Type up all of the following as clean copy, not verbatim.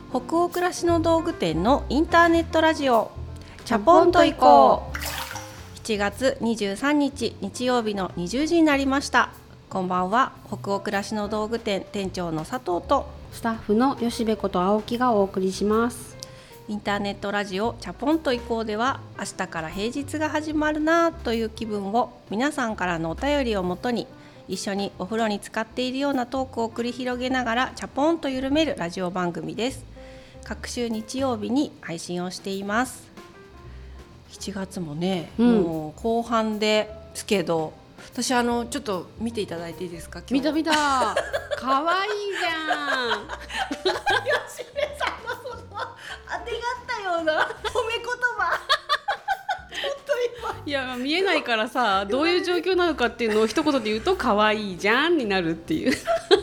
北欧暮らしの道具店のインターネットラジオチャポンと行こう。7月23日日曜日の20時になりました。こんばんは。北欧暮らしの道具店店長の佐藤とスタッフの吉部こと青木がお送りします。 インターネットラジオチャポンと行こうでは、明日から平日が始まるなという気分を皆さんからのお便りをもとに、一緒にお風呂に浸かっているようなトークを繰り広げながらチャポンと緩めるラジオ番組です。各週日曜日に配信をしています。7月もね、もう後半ですけど、私ちょっと見ていただいていいですか？ 見たかわいいじゃん吉部さんのその当てがったような褒め言葉ちょっと今いや見えないからさ、どういう状況なのかっていうのを一言で言うとかわいいじゃんになるっていう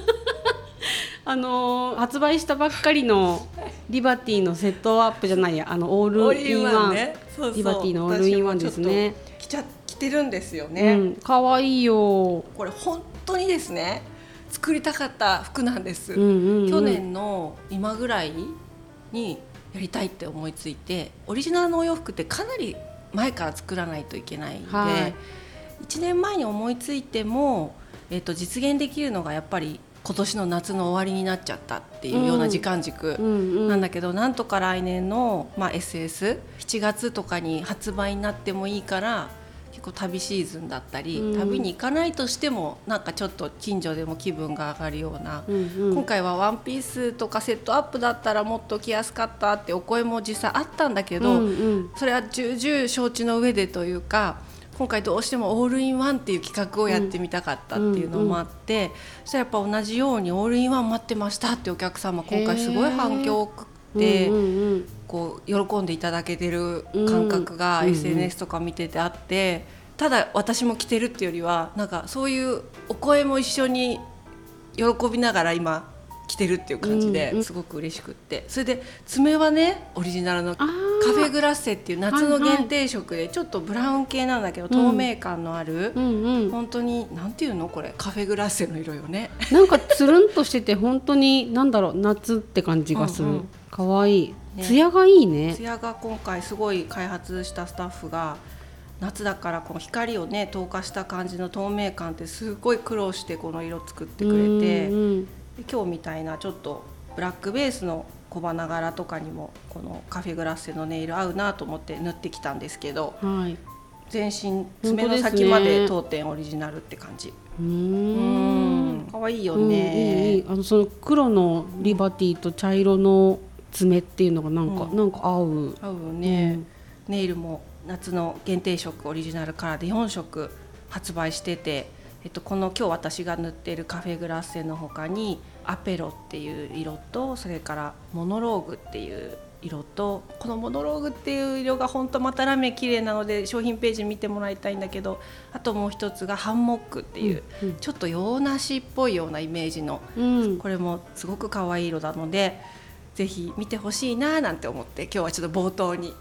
発売したばっかりのリバティのセットアップじゃないや、オールインワン、ね、そうそう、リバティのオールインワンですね。 着てるんですよね。 かわいいよ。 これ本当にですね、作りたかった服なんです、去年の今ぐらいにやりたいって思いついて、オリジナルのお洋服ってかなり前から作らないといけないので、1年前に思いついても、実現できるのがやっぱり今年の夏の終わりになっちゃったっていうような時間軸なんだけど、なんとか来年の、SS7 月とかに発売になってもいいから、結構旅シーズンだったり、旅に行かないとしてもなんかちょっと近所でも気分が上がるような、今回はワンピースとかセットアップだったらもっと着やすかったってお声も実際あったんだけど、それは重々承知の上でというか、今回どうしてもオールインワンっていう企画をやってみたかったっていうのもあって、そしたらやっぱ同じようにオールインワン待ってましたってお客様今回すごい反響を送って、こう喜んでいただけてる感覚が SNS とか見ててあって、ただ私も着てるっていうよりは、なんかそういうお声も一緒に喜びながら今着てるっていう感じですごく嬉しくって、それで爪はね、オリジナルのカフェグラッセっていう夏の限定色でちょっとブラウン系なんだけど、透明感のある、本当になんていうのこれ、カフェグラッセの色よね。 なんかつるんとしてて本当になんだろう、夏って感じがする。かわいい、ツヤがいいね。 ツヤが今回すごい開発したスタッフが、夏だからこの光をね透過した感じの透明感ってすごい苦労してこの色作ってくれて、で今日みたいなちょっとブラックベースの小花柄とかにもこのカフェグラッセのネイル合うなと思って塗ってきたんですけど、全身爪の先まで当店オリジナルって感じ。かわいいよね。 いい、その黒のリバティと茶色の爪っていうのがなんか合うね、ネイルも夏の限定色オリジナルカラーで4色発売してて、この今日私が塗っているカフェグラッセの他にアペロっていう色と、それからモノローグっていう色と、このモノローグっていう色が本当またラメ綺麗なので商品ページ見てもらいたいんだけど、あともう一つがハンモックっていう、ちょっと洋梨っぽいようなイメージの、これもすごく可愛い色なのでぜひ見てほしいななんて思って、今日はちょっと冒頭に、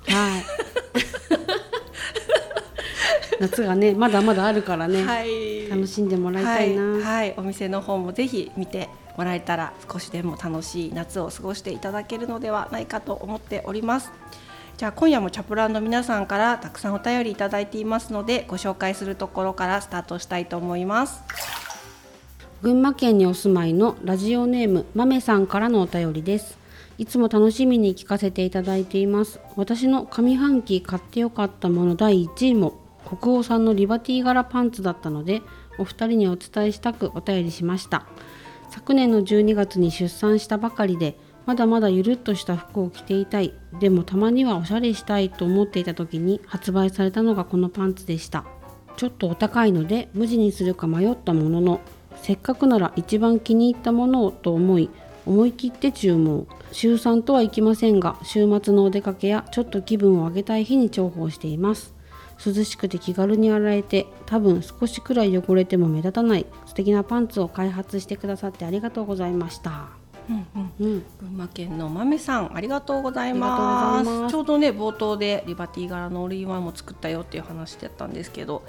夏がねまだまだあるからね、楽しんでもらいたいな。 お店の方もぜひ見てもらえたら少しでも楽しい夏を過ごしていただけるのではないかと思っております。じゃあ今夜もチャプランの皆さんからたくさんお便りいただいていますので、ご紹介するところからスタートしたいと思います。 群馬県にお住まいのラジオネームまめさんからのお便りです。いつも楽しみに聞かせていただいています。私の上半期買ってよかったもの第1位も北欧さんのリバティ柄パンツだったので、お二人にお伝えしたくお便りしました。昨年の12月に出産したばかりで、まだまだゆるっとした服を着ていたい、でもたまにはおしゃれしたいと思っていた時に発売されたのがこのパンツでした。ちょっとお高いので無地にするか迷ったものの、せっかくなら一番気に入ったものをと思い切って注文。週3とはいきませんが、週末のお出かけやちょっと気分を上げたい日に重宝しています。涼しくて気軽に洗えて、多分少しくらい汚れても目立たない素敵なパンツを開発してくださってありがとうございました。 群馬県のまめさん、ありがとうございます。ちょうどね冒頭でリバティ柄のオールインワンも作ったよっていう話だったんですけど、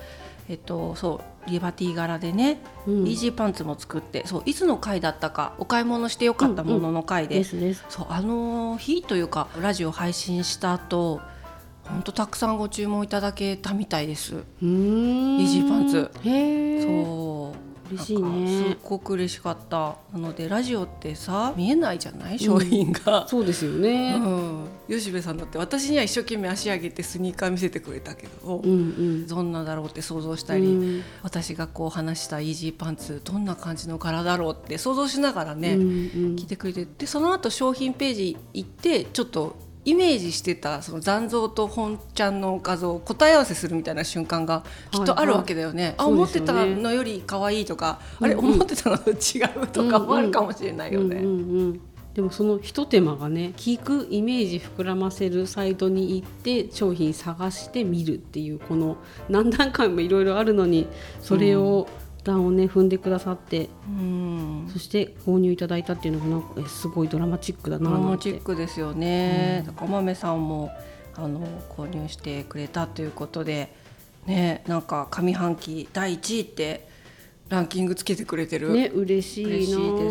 そうリバティ柄でね、イージーパンツも作って、そういつの回だったか、お買い物してよかったものの回で、そう日というかラジオ配信した後、ほんとたくさんご注文いただけたみたいです。イージーパンツ。そう嬉しいね。 すっごく嬉しかった。なのでラジオってさ、見えないじゃない商品が、 そうですよね、 吉部さんだって私には一生懸命足上げてスニーカー見せてくれたけど、どんなだろうって想像したり、私がこう話したイージーパンツどんな感じの柄だろうって想像しながらね、聞いてくれて、でその後商品ページ行ってちょっとイメージしてたその残像と本ちゃんの画像を答え合わせするみたいな瞬間がきっとあるわけだよね。思ってたのより可愛いとか、あれ思ってたのと違うとかもあるかもしれないよね。 でもその一手間がね、聞くイメージ膨らませるサイトに行って商品探して見るっていう、この何段階もいろいろあるのに、それを段をね踏んでくださって、そして購入いただいたっていうのがなんかすごいドラマチックだな。 ドラマチックですよね。だから豆さんも購入してくれたということでね、なんか上半期第1位ってランキングつけてくれてるね、嬉しいな。 嬉しいです。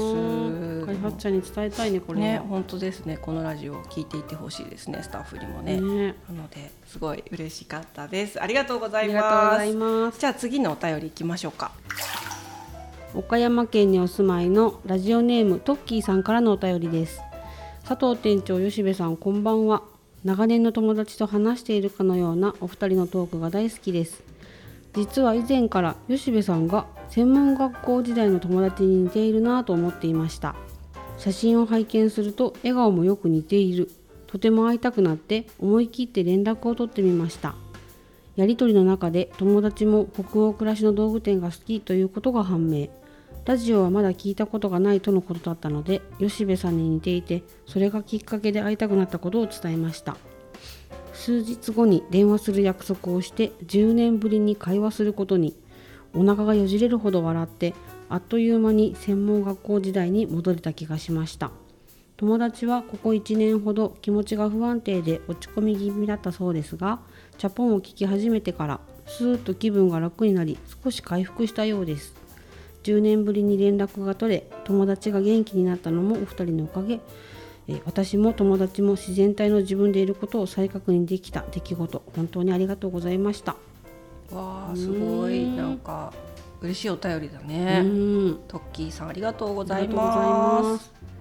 開発者に伝えたいね、これね、本当ですね。このラジオを聞いていてほしいですね、スタッフにもね。なのですごい嬉しかったです。ありがとうございます。 ありがとうございます。 じゃあ次のお便りいきましょうか。 岡山県にお住まいのラジオネームトッキーさんからのお便りです。佐藤店長、吉部さん、こんばんは。長年の友達と話しているかのようなお二人のトークが大好きです。実は以前から吉部さんが専門学校時代の友達に似ているなと思っていました。写真を拝見すると笑顔もよく似ている。とても会いたくなって思い切って連絡を取ってみました。やりとりの中で友達も北欧暮らしの道具店が好きということが判明。ラジオはまだ聞いたことがないとのことだったので、吉部さんに似ていて、それがきっかけで会いたくなったことを伝えました。数日後に電話する約束をして10年ぶりに会話することに。お腹がよじれるほど笑って、あっという間に専門学校時代に戻れた気がしました。友達はここ1年ほど気持ちが不安定で落ち込み気味だったそうですが、チャポンを聞き始めてからスーッと気分が楽になり、少し回復したようです。10年ぶりに連絡が取れ、友達が元気になったのもお二人のおかげ。私も友達も自然体の自分でいることを再確認できた出来事、本当にありがとうございました。 わあ、すごいなんか嬉しいお便りだね。トッキーさん、ありがとうございます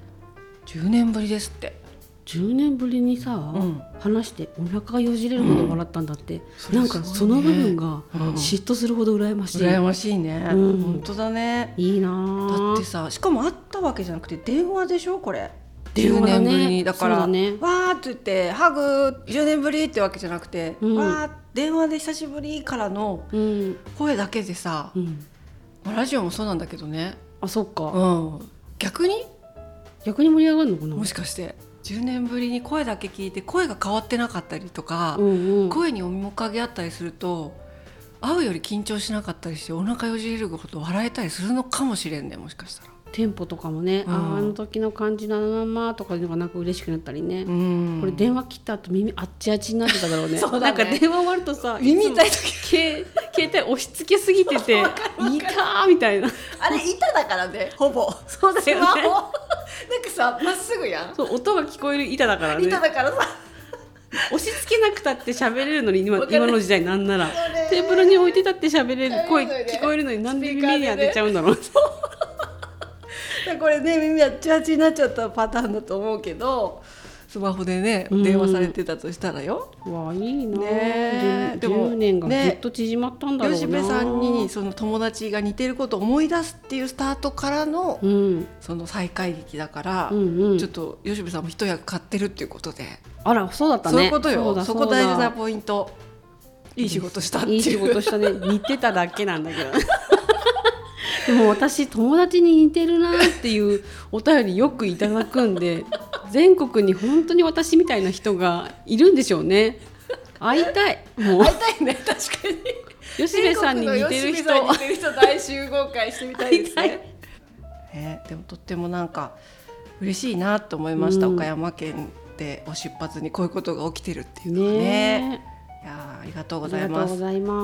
。10年ぶりですって。 10年ぶりにさ、話してお腹がよじれるほど笑ったんだって、なんかその部分が嫉妬するほど羨ましい。 羨ましいね、本当だね。 いいな。 だってさ、しかも会ったわけじゃなくて電話でしょ、これ。 10年ぶりにだから、 わーって言ってハグ10年ぶりってわけじゃなくて、わー電話で久しぶりからの声だけでさ、ラジオもそうなんだけどね。 あ、そっか、 逆に盛り上がるのかな。 もしかして10年ぶりに声だけ聞いて声が変わってなかったりとか、声に面影あったりすると会うより緊張しなかったりして、お腹よじれるほど笑えたりするのかもしれんね、もしかしたら。 テンポとかもね、あの時の感じだなとかいうのがなんか嬉しくなったりね。これ電話切った後耳あっちあっちになってただろうね。 そうだね。 なんか電話終わるとさ、 耳痛い時携帯押し付けすぎてて痛ーみたいな。 あれ板だからね、ほぼ。 そうだよね。 なんかさ、まっすぐやん。 そう、音が聞こえる板だからね。 板だからさ、 押し付けなくたって喋れるのに、今の時代なんならテーブルに置いてたって喋れる、声聞こえるのになんで耳に当てちゃうんだろう。 これね、耳あっちあっちになっちゃったパターンだと思うけど、スマホでね電話されてたとしたらよ、 わあ、いいな、ね、でも10年がぐっと縮まったんだろうな。 吉部さんにその友達が似てることを思い出すっていうスタートからの、その再会劇だから、ちょっと吉部さんも一役買ってるっていうことで。 あら、そうだったね。 そういうことよ。そこ大事なポイント。いい仕事したっていう。 いい仕事したね。似てただけなんだけどでも私、友達に似てるなっていうお便りよくいただくんで、全国に本当に私みたいな人がいるんでしょうね。会いたい。もう会いたいね、確かに。 吉部さんに似てる人大集合会してみたいですね。でもとってもなんか嬉しいなと思いました。岡山県でお出発にこういうことが起きてるっていうのはね。いや、ありがとうございます。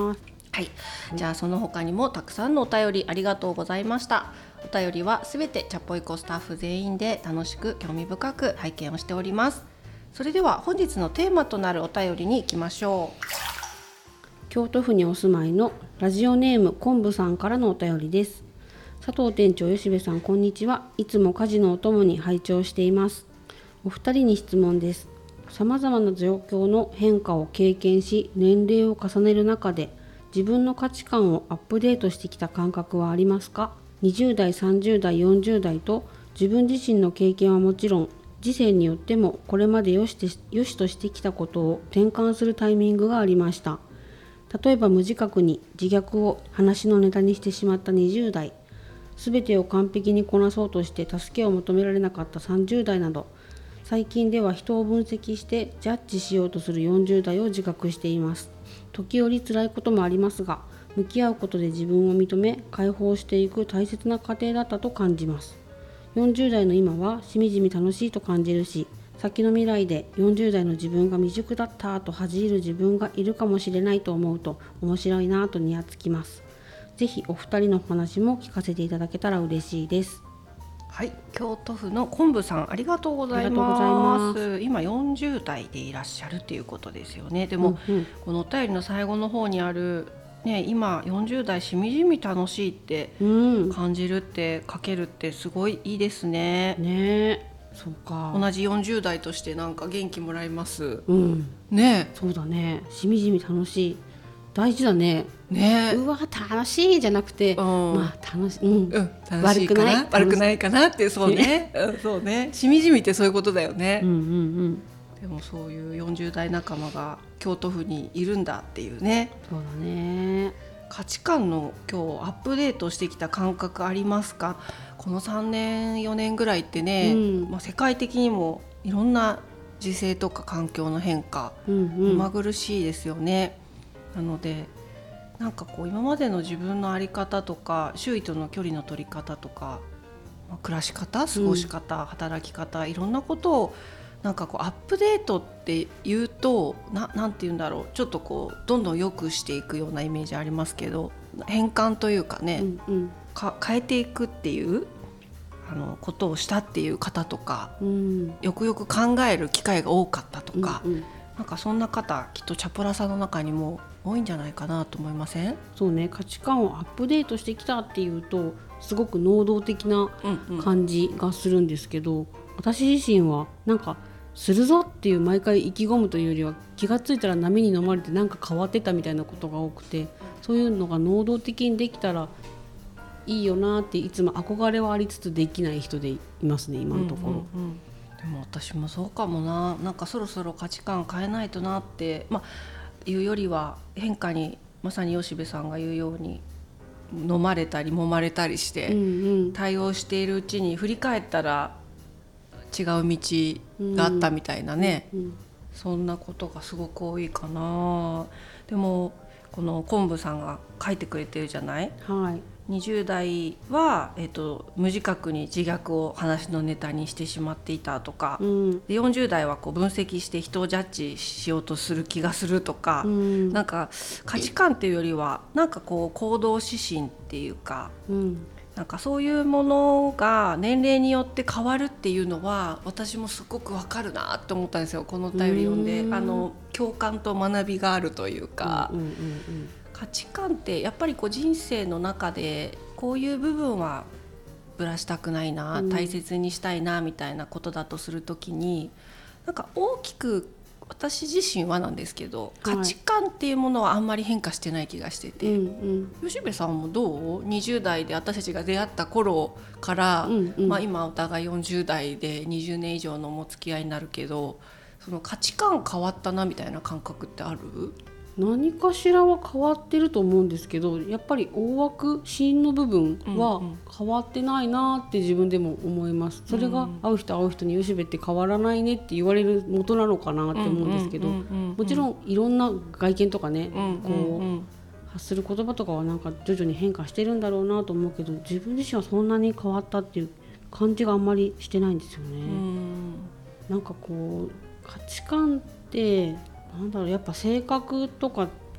はい、じゃあその他にもたくさんのお便りありがとうございました。お便りはすべてチャポイコスタッフ全員で楽しく興味深く拝見をしております。それでは本日のテーマとなるお便りに行きましょう。 京都府にお住まいのラジオネーム昆布さんからのお便りです。佐藤店長、吉部さん、こんにちは。いつも家事のお供に拝聴しています。お二人に質問です。さまざまな状況の変化を経験し、年齢を重ねる中で自分の価値観をアップデートしてきた感覚はありますか？20代、30代、40代と自分自身の経験はもちろん、時世によってもこれまで良しとしてきたことを転換するタイミングがありました。例えば無自覚に自虐を話のネタにしてしまった20代、すべてを完璧にこなそうとして助けを求められなかった30代など、最近では人を分析してジャッジしようとする40代を自覚しています。時折辛いこともありますが、向き合うことで自分を認め解放していく大切な過程だったと感じます。40代の今はしみじみ楽しいと感じるし、先の未来で40代の自分が未熟だったと恥じる自分がいるかもしれないと思うと面白いなとニヤつきます。ぜひお二人のお話も聞かせていただけたら嬉しいです。 はい、京都府の昆布さん、ありがとうございます。今40代でいらっしゃるということですよね。でも、このお便りの最後の方にあるね、今40代しみじみ楽しいって感じるって書けるってすごいいいですね。 そうか。 同じ40代としてなんか元気もらいます。 ね。そうだね。しみじみ楽しい。大事だね。うわ楽しいじゃなくて、まあ楽しい、 楽しいかな、悪くないかなってそうね、そうね。しみじみってそういうことだよね。でもそういう40代仲間が京都府にいるんだっていうね。 そうだね。 価値観の今日アップデートしてきた感覚ありますか？この3年4年ぐらいってね、世界的にもいろんな時勢とか環境の変化、目まぐるしいですよね。なのでなんかこう今までの自分の在り方とか周囲との距離の取り方とか、暮らし方、過ごし方、働き方、いろんなことをなんかこうアップデートっていうとなんて言うんだろう、ちょっとこうどんどん良くしていくようなイメージありますけど、変換というかね、変えていくっていうことをしたっていう方とか、よくよく考える機会が多かったとか、なんかそんな方きっとチャポラさんの中にも多いんじゃないかなと思いません？ そうね、価値観をアップデートしてきたっていうとすごく能動的な感じがするんですけど、私自身はなんかするぞっていう毎回意気込むというよりは、気がついたら波に飲まれてなんか変わってたみたいなことが多くて、そういうのが能動的にできたらいいよなっていつも憧れはありつつできない人でいますね、今のところ。 でも私もそうかもな。なんかそろそろ価値観変えないとなって、いうよりは変化にまさに吉部さんが言うように飲まれたり揉まれたりして対応しているうちに振り返ったら違う道があったみたいなね、そんなことがすごく多いかな。でもこの昆布さんが書いてくれてるじゃない、20代は、無自覚に自虐を話のネタにしてしまっていたとか、で40代はこう分析して人をジャッジしようとする気がするとか、なんか価値観っていうよりはなんかこう行動指針っていうか、なんかそういうものが年齢によって変わるっていうのは私もすごくわかるなって思ったんですよ、このお便り読んで。共感と学びがあるというか、価値観ってやっぱりこう人生の中でこういう部分はぶらしたくないな、大切にしたいなみたいなことだとするときに、なんか大きく私自身はなんですけど、価値観っていうものはあんまり変化してない気がしてて、吉部さんもどう？20代で私たちが出会った頃から、今お互い40代で20年以上のお付き合いになるけど、その価値観変わったなみたいな感覚ってある？ 何かしらは変わってると思うんですけど、やっぱり大枠芯の部分は変わってないなって自分でも思います。それが会う人会う人に吉部って変わらないねって言われる元なのかなって思うんですけど、もちろんいろんな外見とかね、こう発する言葉とかはなんか徐々に変化してるんだろうなと思うけど、自分自身はそんなに変わったっていう感じがあんまりしてないんですよね。なんかこう価値観ってなんだろう、やっぱ性格とか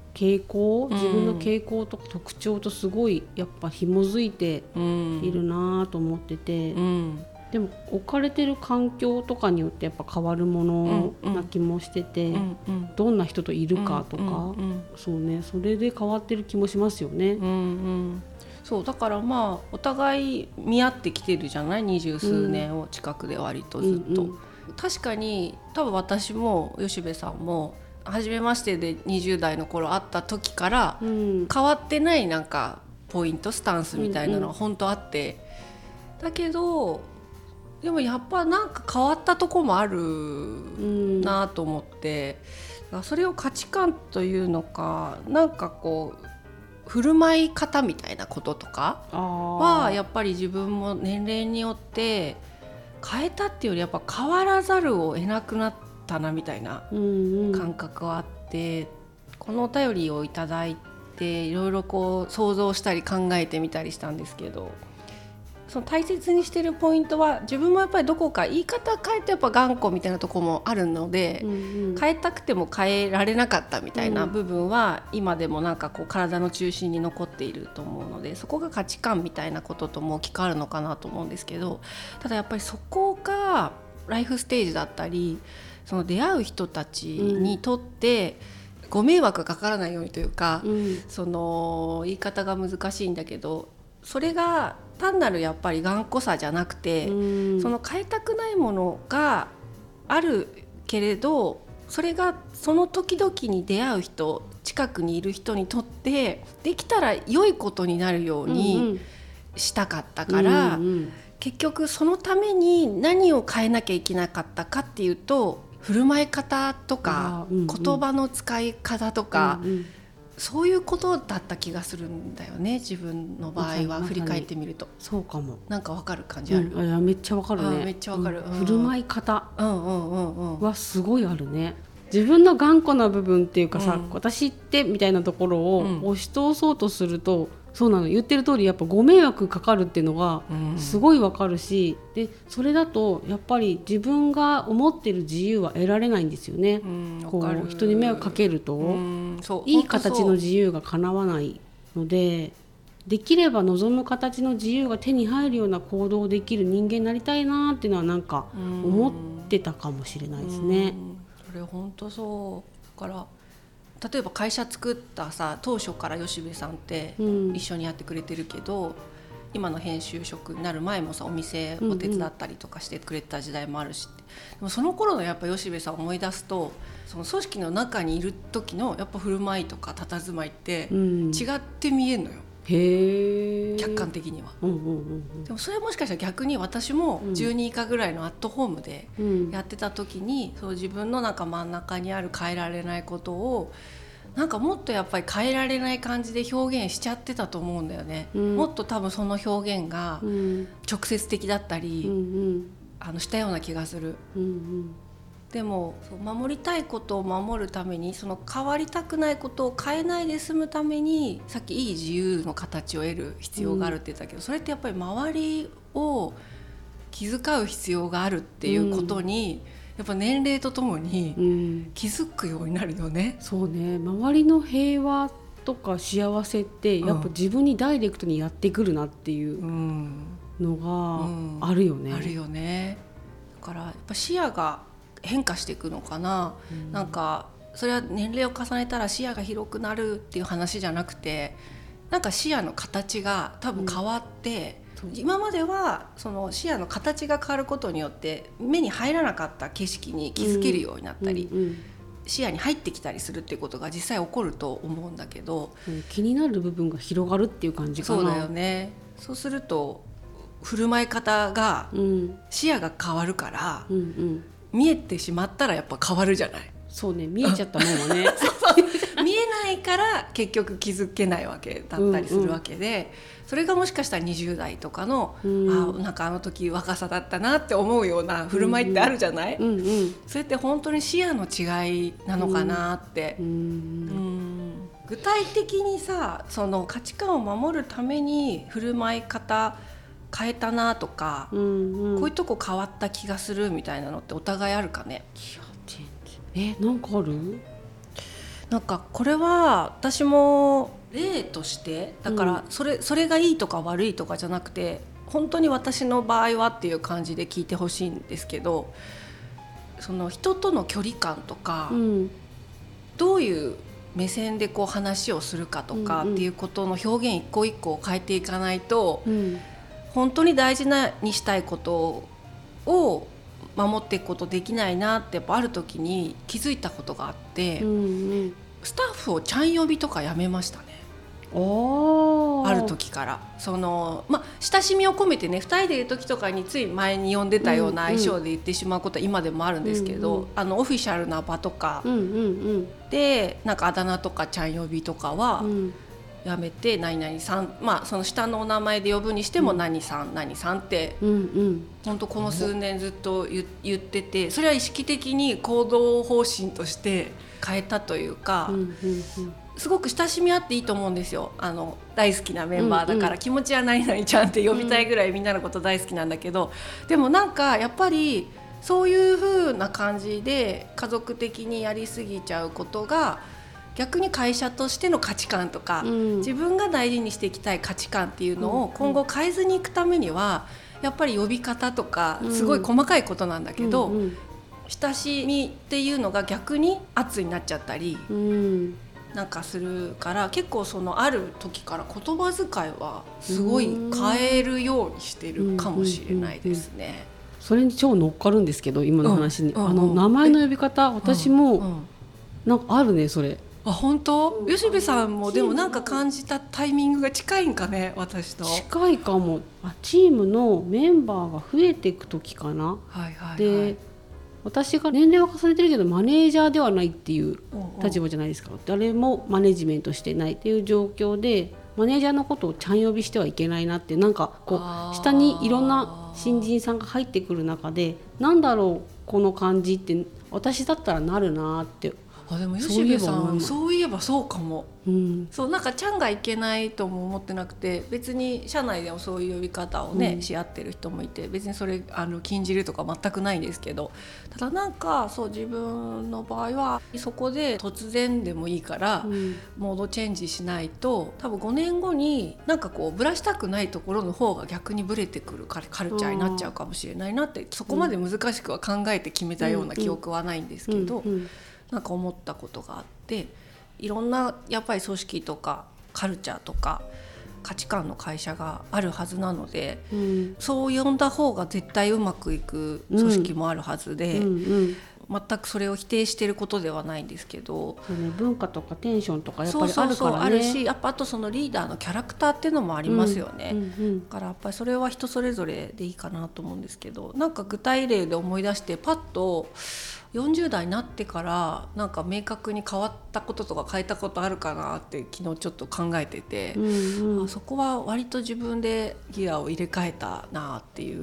傾向、自分の傾向とか特徴とすごいやっぱ紐づいているなと思ってて、でも置かれてる環境とかによってやっぱ変わるものな気もしてて、どんな人といるかとか、そうね、それで変わってる気もしますよね。 そうだからまあお互い見合ってきてるじゃない、20数年を近くで割とずっと、確かに多分私も吉部さんも初めましてで20代の頃会った時から変わってないなんかポイントスタンスみたいなのが本当あって、だけどでもやっぱなんか変わったとこもあるなと思って、それを価値観というのかなんかこう振る舞い方みたいなこととかはやっぱり自分も年齢によって変えたっていうよりやっぱ変わらざるを得なくなったなみたいな感覚はあって、このお便りをいただいていろいろこう想像したり考えてみたりしたんですけど、その大切にしてるポイントは自分もやっぱりどこか言い方変えてやっぱ頑固みたいなところもあるので、変えたくても変えられなかったみたいな部分は今でもなんかこう体の中心に残っていると思うので、そこが価値観みたいなこととも置き換わるのかなと思うんですけど、ただやっぱりそこがライフステージだったりその出会う人たちにとってご迷惑がかからないようにというか、その言い方が難しいんだけど、それが単なるやっぱり頑固さじゃなくて、その変えたくないものがあるけれど、それがその時々に出会う人、近くにいる人にとってできたら良いことになるようにしたかったから、結局そのために何を変えなきゃいけなかったかっていうと、振る舞い方とか言葉の使い方とか、そういうことだった気がするんだよね、自分の場合は振り返ってみると。 そうかも。 なんかわかる感じある？ いやめっちゃわかるね。 めっちゃわかる、 振る舞い方はすごいあるね。自分の頑固な部分っていうかさ、私ってみたいなところを押し通そうとすると、そうなの、言ってる通りやっぱご迷惑かかるっていうのがすごいわかるし、でそれだとやっぱり自分が思ってる自由は得られないんですよね。こう人に迷惑かけるといい形の自由が叶わないので、できれば望む形の自由が手に入るような行動をできる人間になりたいなっていうのはなんか思ってたかもしれないですね。 それ本当そうだから、例えば会社作ったさ当初から吉部さんって一緒にやってくれてるけど、今の編集職になる前もさお店を手伝ったりとかしてくれた時代もあるし、でもその頃のやっぱ吉部さんを思い出すと、その組織の中にいる時のやっぱ振る舞いとか佇まいって違って見えるのよ、客観的には。でもそれはもしかしたら逆に私も10人以下ぐらいのアットホームでやってた時に、そう自分のなんか真ん中にある変えられないことをなんかもっとやっぱり変えられない感じで表現しちゃってたと思うんだよね、もっと多分その表現が直接的だったり、したような気がする。でも守りたいことを守るために、その変わりたくないことを変えないで済むために、さっきいい自由の形を得る必要があるって言ったけど、それってやっぱり周りを気遣う必要があるっていうことに、やっぱ年齢とともに気づくようになるよね。 そうね、周りの平和とか幸せってやっぱ自分にダイレクトにやってくるなっていうのがあるよね。 あるよね。だからやっぱ視野が変化していくのかな、なんかそれは年齢を重ねたら視野が広くなるっていう話じゃなくて、なんか視野の形が多分変わって、今まではその視野の形が変わることによって目に入らなかった景色に気づけるようになったり、視野に入ってきたりするっていうことが実際起こると思うんだけど、 気になる部分が広がるっていう感じかな。 そうだよね。そうすると振る舞い方が視野が変わるから、見えてしまったらやっぱ変わるじゃない。 そうね、見えちゃったもんはね見えないから結局気づけないわけだったりするわけで、それがもしかしたら20代とかの、なんかあの時若さだったなって思うような振る舞いってあるじゃない、それって本当に視野の違いなのかなって、具体的にさ、その価値観を守るために振る舞い方変えたなとか、こういうとこ変わった気がするみたいなのってお互いあるかね。 なんかある？ なんかこれは私も例としてだからそれがいいとか悪いとかじゃなくて、本当に私の場合はっていう感じで聞いてほしいんですけど、その人との距離感とか、どういう目線でこう話をするかとかっていうことの表現一個一個を変えていかないと、本当に大事にしたいことを守っていくことできないなってやっぱある時に気づいたことがあって、スタッフをちゃん呼びとかやめましたね。ある時から親しみを込めてね、2人でいる時とかについ前に呼んでたような相性で言ってしまうことは今でもあるんですけど、オフィシャルな場とかでなんかあだ名とかちゃん呼びとかはやめて、何々さん、その下のお名前で呼ぶにしても何さん何さんって本当この数年ずっと言ってて、それは意識的に行動方針として変えたというか、すごく親しみあっていいと思うんですよ。大好きなメンバーだから、気持ちは何々ちゃんって呼びたいぐらいみんなのこと大好きなんだけど、でもなんかやっぱりそういう風な感じで家族的にやりすぎちゃうことが逆に会社としての価値観とか、自分が大事にしていきたい価値観っていうのを今後変えずにいくためには、やっぱり呼び方とかすごい細かいことなんだけど、親しみっていうのが逆に圧になっちゃったりなんかするから、結構そのある時から言葉遣いはすごい変えるようにしてるかもしれないですね。 それに超乗っかるんですけど、今の話に、名前の呼び方、私もなんかあるね、それ。 本当？吉部さんもでもなんか感じたタイミングが近いんかね、私と。 近いかも。チームのメンバーが増えていく時かな。で、私が年齢は重ねてるけどマネージャーではないっていう立場じゃないですか。誰もマネジメントしてないっていう状況で、マネージャーのことをちゃん呼びしてはいけないなって、なんかこう下にいろんな新人さんが入ってくる中で、なんだろうこの感じって私だったらなるなって。 でも吉部さんそういえばそうかも、そうなんかちゃんがいけないとも思ってなくて、別に社内でもそういう呼び方をね、し合ってる人もいて、別にそれ禁じるとか全くないんですけど、ただなんかそう自分の場合はそこで突然でもいいから、モードチェンジしないと多分5年後になんかこうブラしたくないところの方が逆にブレてくるカルチャーになっちゃうかもしれないなって、そこまで難しくは考えて決めたような記憶はないんですけど、なんか思ったことがあって、いろんなやっぱり組織とかカルチャーとか価値観の会社があるはずなので、そう呼んだ方が絶対うまくいく組織もあるはずで、全くそれを否定していることではないんですけど、 文化とかテンションとかやっぱりあるからね。 あるし、やっぱあとそのリーダーのキャラクターっていうのもありますよね。だからやっぱりそれは人それぞれでいいかなと思うんですけど、なんか具体例で思い出してパッと40代になってからなんか明確に変わったこととか変えたことあるかなって昨日ちょっと考えてて、そこは割と自分でギアを入れ替えたなっていう、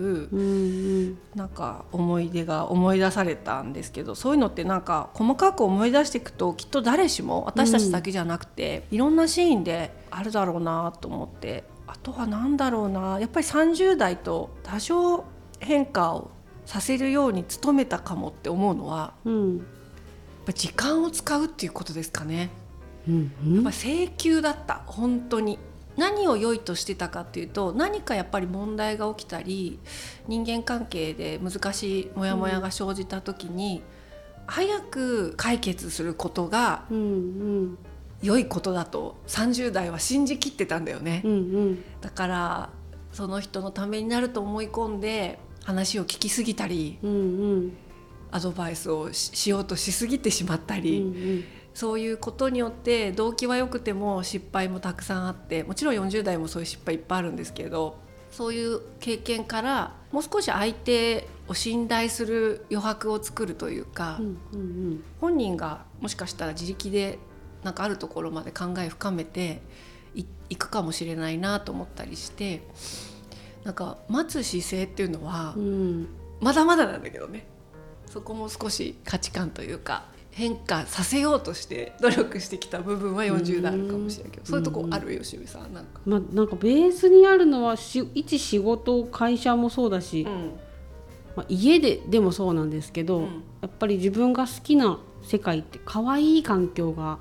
なんか思い出が思い出されたんですけど、そういうのってなんか細かく思い出していくときっと誰しも私たちだけじゃなくて、いろんなシーンであるだろうなと思って、あとはなんだろうな、やっぱり30代と多少変化をさせるように努めたかもって思うのは、やっぱ時間を使うっていうことですかね。やっぱ請求だった。本当に何を良いとしてたかっていうと、何かやっぱり問題が起きたり人間関係で難しいモヤモヤが生じた時に、早く解決することが良いことだと30代は信じきってたんだよね。だからその人のためになると思い込んで話を聞きすぎたり、アドバイスを しようとしすぎてしまったり、そういうことによって動機は良くても失敗もたくさんあって、もちろん40代もそういう失敗いっぱいあるんですけど、そういう経験からもう少し相手を信頼する余白を作るというか、本人がもしかしたら自力でなんかあるところまで考え深めていくかもしれないなと思ったりして、なんか待つ姿勢っていうのはまだまだなんだけどね、そこも少し価値観というか変化させようとして努力してきた部分は40代あるかもしれないけど、そういうとこある？吉部さんなんか、 なんかベースにあるのは一仕事会社もそうだし、家でもそうなんですけど、やっぱり自分が好きな世界って可愛い環境が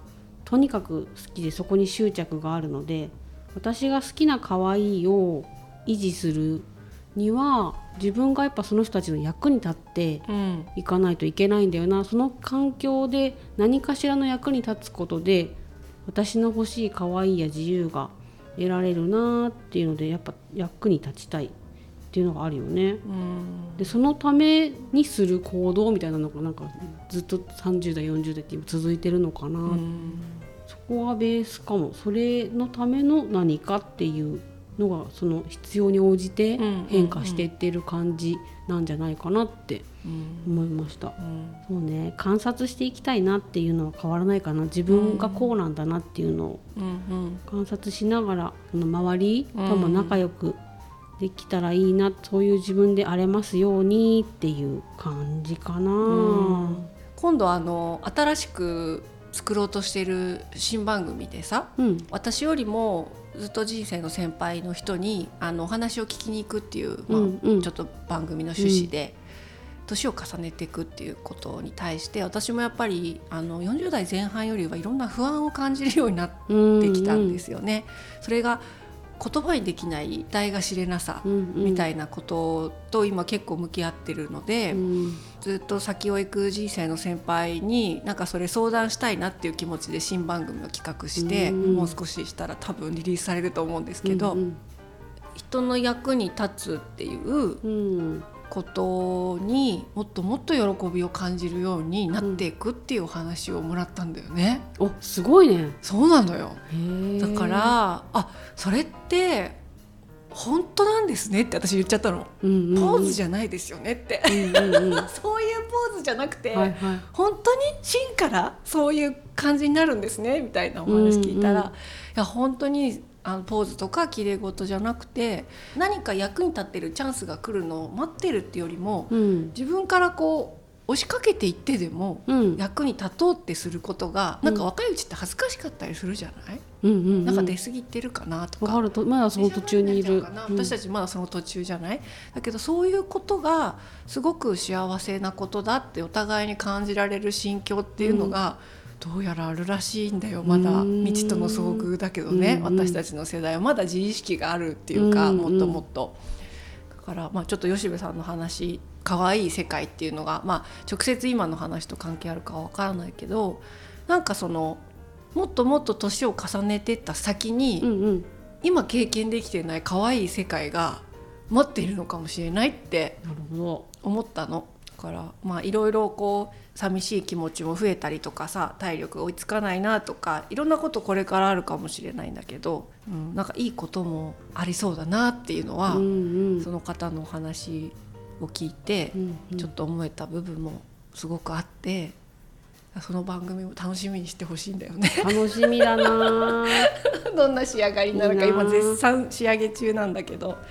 とにかく好きでそこに執着があるので、私が好きな可愛いを維持するには自分がやっぱその人たちの役に立っていかないといけないんだよな、その環境で何かしらの役に立つことで私の欲しい可愛いや自由が得られるなっていうので、やっぱ役に立ちたいっていうのがあるよね。でそのためにする行動みたいなのがなんかずっと30代40代って今続いてるのかな。そこがベースかも。それのための何かっていうのがその必要に応じて変化していってる感じなんじゃないかなって思いました。そうね、観察していきたいなっていうのは変わらないかな。自分がこうなんだなっていうのを観察しながら周りとも仲良くできたらいいな、そういう自分であれますようにっていう感じかな。 今度新しく作ろうとしている新番組でさ、私よりもずっと人生の先輩の人にお話を聞きに行くっていう、ちょっと番組の趣旨で、年を重ねていくっていうことに対して私もやっぱり40代前半よりはいろんな不安を感じるようになってきたんですよね。それが言葉にできない得が知れなさみたいなことと今結構向き合ってるので、ずっと先を行く人生の先輩になんかそれ相談したいなっていう気持ちで新番組を企画して、もう少ししたら多分リリースされると思うんですけど、人の役に立つっていうことにもっともっと喜びを感じるようになっていくっていうお話をもらったんだよね。 お、すごいね。 そうなのよ。だからそれって本当なんですねって私言っちゃったの。ポーズじゃないですよねってそういうポーズじゃなくて、本当に芯からそういう感じになるんですねみたいなお話聞いたら、いや本当にポーズとか綺麗事じゃなくて何か役に立ってるチャンスが来るのを待ってるっていうよりも、自分からこう押しかけていってでも役に立とうってすることが、なんか若いうちって恥ずかしかったりするじゃない、なんか出過ぎてるかなとか、 まだその途中にいる、 私たちまだその途中じゃない、だけどそういうことがすごく幸せなことだってお互いに感じられる心境っていうのが、どうやらあるらしいんだよ。まだ未知との遭遇だけどね、私たちの世代はまだ自意識があるっていうか、もっともっとだから、ちょっと吉部さんの話可愛い世界っていうのが、直接今の話と関係あるかは分からないけど、なんかそのもっともっと年を重ねてった先に、今経験できてない可愛い世界が待っているのかもしれないって思ったの。だからいろいろこう寂しい気持ちも増えたりとかさ、体力追いつかないなとかいろんなことこれからあるかもしれないんだけど、なんかいいこともありそうだなっていうのは、その方のお話を聞いてちょっと思えた部分もすごくあって、その番組も楽しみにしてほしいんだよね。 楽しみだなどんな仕上がりになるか今絶賛仕上げ中なんだけど。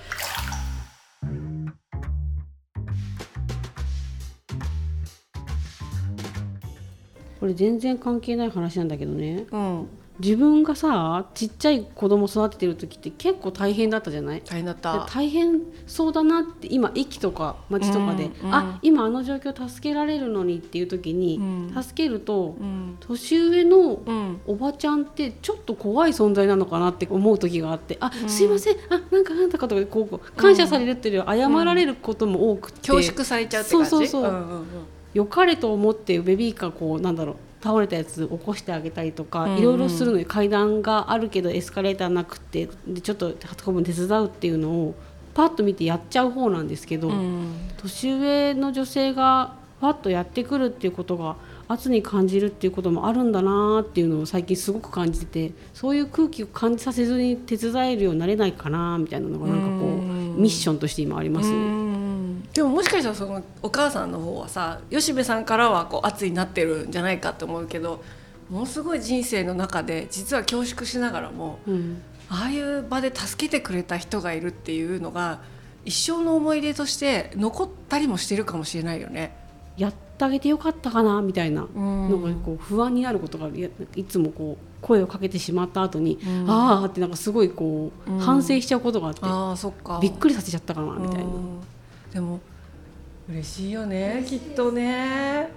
これ全然関係ない話なんだけどね、自分がさちっちゃい子供育ててる時って結構大変だったじゃない。 大変だった。 大変そうだなって今駅とか街とかで、今あの状況助けられるのにっていう時に、助けると、年上のおばちゃんってちょっと怖い存在なのかなって思う時があって、すいません、なんかなんだかとかでこう感謝されるっていうよりは謝られることも多くて、 恐縮されちゃうって感じ。 良かれと思ってベビーカー倒れたやつ起こしてあげたりとか、いろいろするのに階段があるけどエスカレーターなくてでちょっと運ぶの手伝うっていうのをパッと見てやっちゃう方なんですけど、年上の女性がパッとやってくるっていうことが圧に感じるっていうこともあるんだなっていうのを最近すごく感じてて、そういう空気を感じさせずに手伝えるようになれないかなみたいなのがなんかこうミッションとして今ありますね。 でももしかしたらそのお母さんの方はさ、吉部さんからはこう圧になってるんじゃないかと思うけど、ものすごい人生の中で実は恐縮しながらも、ああいう場で助けてくれた人がいるっていうのが一生の思い出として残ったりもしてるかもしれないよね。 やってあげてよかったかなみたいなのがこう不安になることがいつもこう声をかけてしまった後に、あーってなんかすごいこう反省しちゃうことがあって、 そっか、 びっくりさせちゃったかなみたいな。 でも嬉しいよね、きっとね。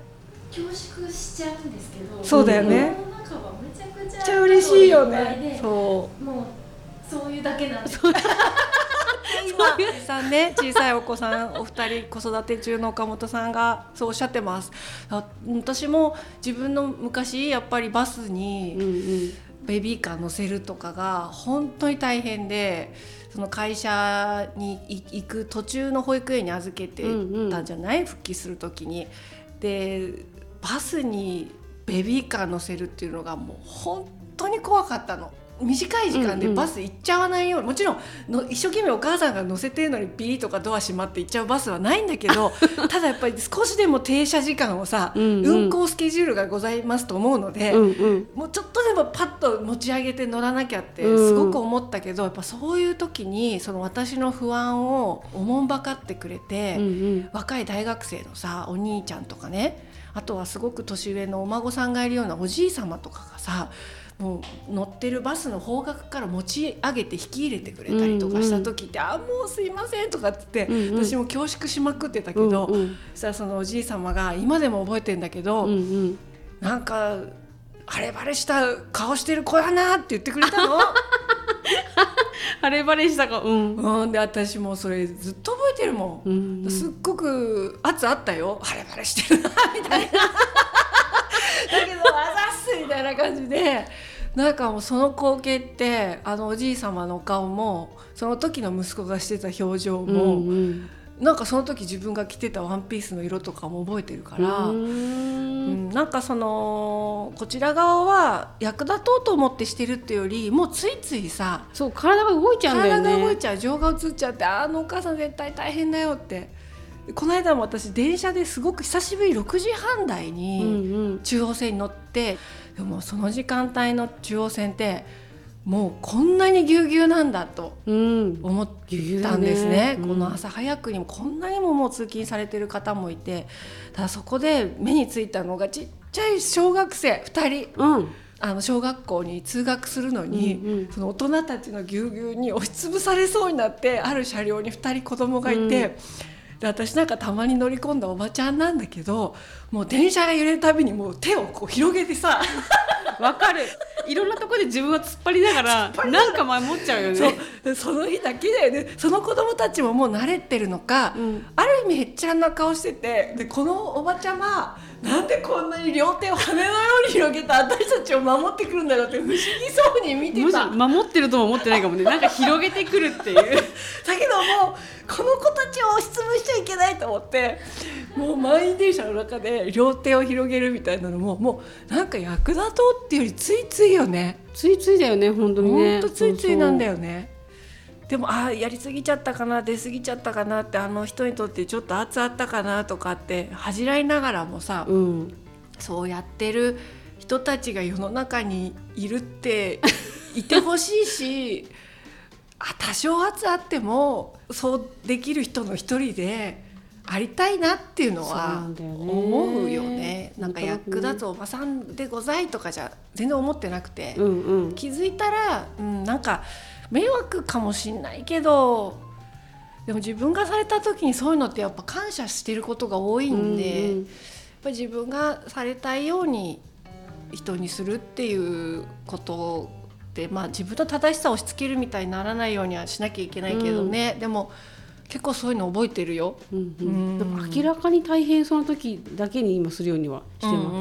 恐縮しちゃうんですけど、 そうだよね。 この中はめちゃくちゃめっちゃ嬉しいよね。もうそういうだけなんです今さんね、小さいお子さんお二人子育て中の岡本さんがそうおっしゃってます。私も自分の昔やっぱりバスにベビーカー乗せるとかが本当に大変で、その会社に行く途中の保育園に預けてたんじゃない、復帰する時に。でバスにベビーカー乗せるっていうのがもう本当に怖かったの。短い時間でバス行っちゃわないように、もちろん一生懸命お母さんが乗せてるのにビーとかドア閉まって行っちゃうバスはないんだけどただやっぱり少しでも停車時間をさ、運行スケジュールがございますと思うので、もうちょっとでもパッと持ち上げて乗らなきゃってすごく思ったけど、やっぱそういう時にその私の不安をおもんばかってくれて、若い大学生のさお兄ちゃんとかね、あとはすごく年上のお孫さんがいるようなおじい様とかがさ、もう乗ってるバスの方角から持ち上げて引き入れてくれたりとかした時って、あもうすいませんとかって言って、私も恐縮しまくってたけど、そしたらそのおじい様が今でも覚えてんだけど、なんか晴れ晴れした顔してる子やなって言ってくれたの晴れ晴れしたか、 で私もそれずっと覚えてるもん、すっごく圧あったよ、晴れ晴れしてるなみたいなだけどあざっすみたいな感じで、なんかもうその光景っておじい様の顔もその時の息子がしてた表情も、なんかその時自分が着てたワンピースの色とかも覚えてるから、なんかそのこちら側は役立とうと思ってしてるっていうより、もうついついさ、 そう体が動いちゃうんだよね。 体が動いちゃう、情が映っちゃって、お母さん絶対大変だよって。この間も私電車ですごく久しぶり6時半台に中央線に乗って、でもその時間帯の中央線ってもうこんなにぎゅうぎゅうなんだと思ったんですね、この朝早くにもこんなにももう通勤されてる方もいて、ただそこで目についたのがちっちゃい小学生2人、小学校に通学するのに、その大人たちのぎゅうぎゅうに押しつぶされそうになって、ある車両に2人子供がいて、で私なんかたまに乗り込んだおばちゃんなんだけど、もう電車が揺れるたびにもう手をこう広げてさわかる、いろんなところで自分は突っ張りながらなんか守っちゃうよね。 その日だけだよね。その子供たちももう慣れてるのか、ある意味へっちゃらな顔してて、でこのおばちゃまなんでこんなに両手を羽のように広げて私たちを守ってくるんだろうって不思議そうに見てた。 守ってるとも思ってないかもね。なんか広げてくるっていうだけどもうこの子たちを押しつぶしちゃいけないと思って、もう満員電車の中で両手を広げるみたいなのも、もうなんか役立とうっていうよりついついよね。 ついついだよね、本当にね。 本当ついついなんだよね。でもやりすぎちゃったかな、出すぎちゃったかなって、人にとってちょっと圧あったかなとかって恥じらいながらもさ、そうやってる人たちが世の中にいるっていてほしいし多少圧あってもそうできる人の一人でありたいなっていうのは思うよね。なんか役立つおばさんでございとかじゃ全然思ってなくて、気づいたら、なんか迷惑かもしんないけど、でも自分がされた時にそういうのってやっぱ感謝してることが多いんで、やっぱり自分がされたいように人にするっていうことで、自分の正しさを押し付けるみたいにならないようにはしなきゃいけないけどね、でも結構そういうの覚えてるよ、 明らかに大変そうな時だけに今するようにはしてます、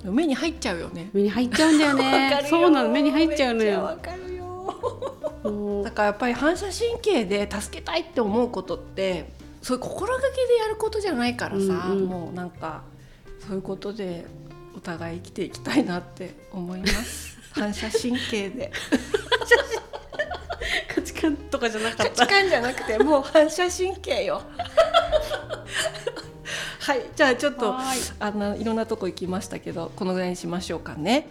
目に入っちゃうよね。 目に入っちゃうんだよねそうなの、目に入っちゃうのよ。 わかるよだからやっぱり反射神経で助けたいって思うことってそういう心がけでやることじゃないからさ、もうなんかそういうことでお互い生きていきたいなって思います反射神経で価値観とかじゃなかった。 価値観じゃなくてもう反射神経よはい、じゃあちょっといろんなとこ行きましたけど、このぐらいにしましょうかね。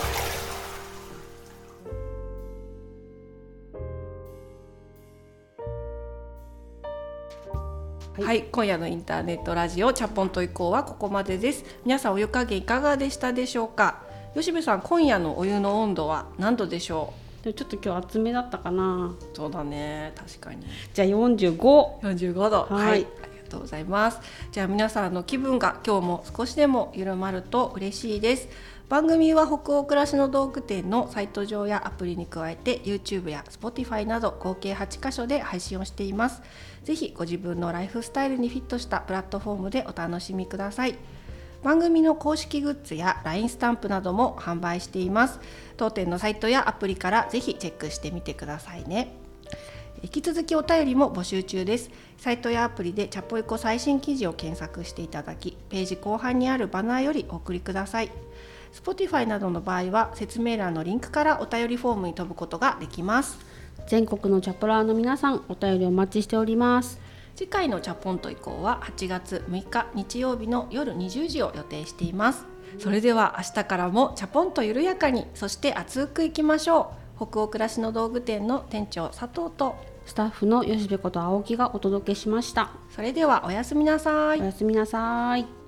はい、今夜のインターネットラジオチャポンと以降はここまでです。皆さんお湯加減いかがでしたでしょうか。吉部さん、今夜のお湯の温度は何度でしょちょっと今日厚めだったかな。 そうだね、確かに。 じゃあ45度。 はい、ありがとうございます。じゃあ皆さんの気分が今日も少しでも緩まると嬉しいです。番組は北欧暮らしの道具店のサイト上やアプリに加えて YouTube や Spotify など合計8カ所で配信をしています。ぜひご自分のライフスタイルにフィットしたプラットフォームでお楽しみください。番組の公式グッズや LINE スタンプなども販売しています。当店のサイトやアプリからぜひチェックしてみてくださいね。引き続きお便りも募集中です。サイトやアプリでチャポイコ最新記事を検索していただき、ページ後半にあるバナーよりお送りください。Spotify などの場合は説明欄のリンクからお便りフォームに飛ぶことができます。 全国のチャポラーの皆さん、お便りお待ちしております。 次回のチャポンと以降は8月6日日曜日の夜20時を予定しています。それでは明日からもチャポンと緩やかに、そして熱くいきましょう。北欧暮らしの道具店の店長佐藤とスタッフの吉部こと青木がお届けしました。 それではおやすみなさい。 おやすみなさい。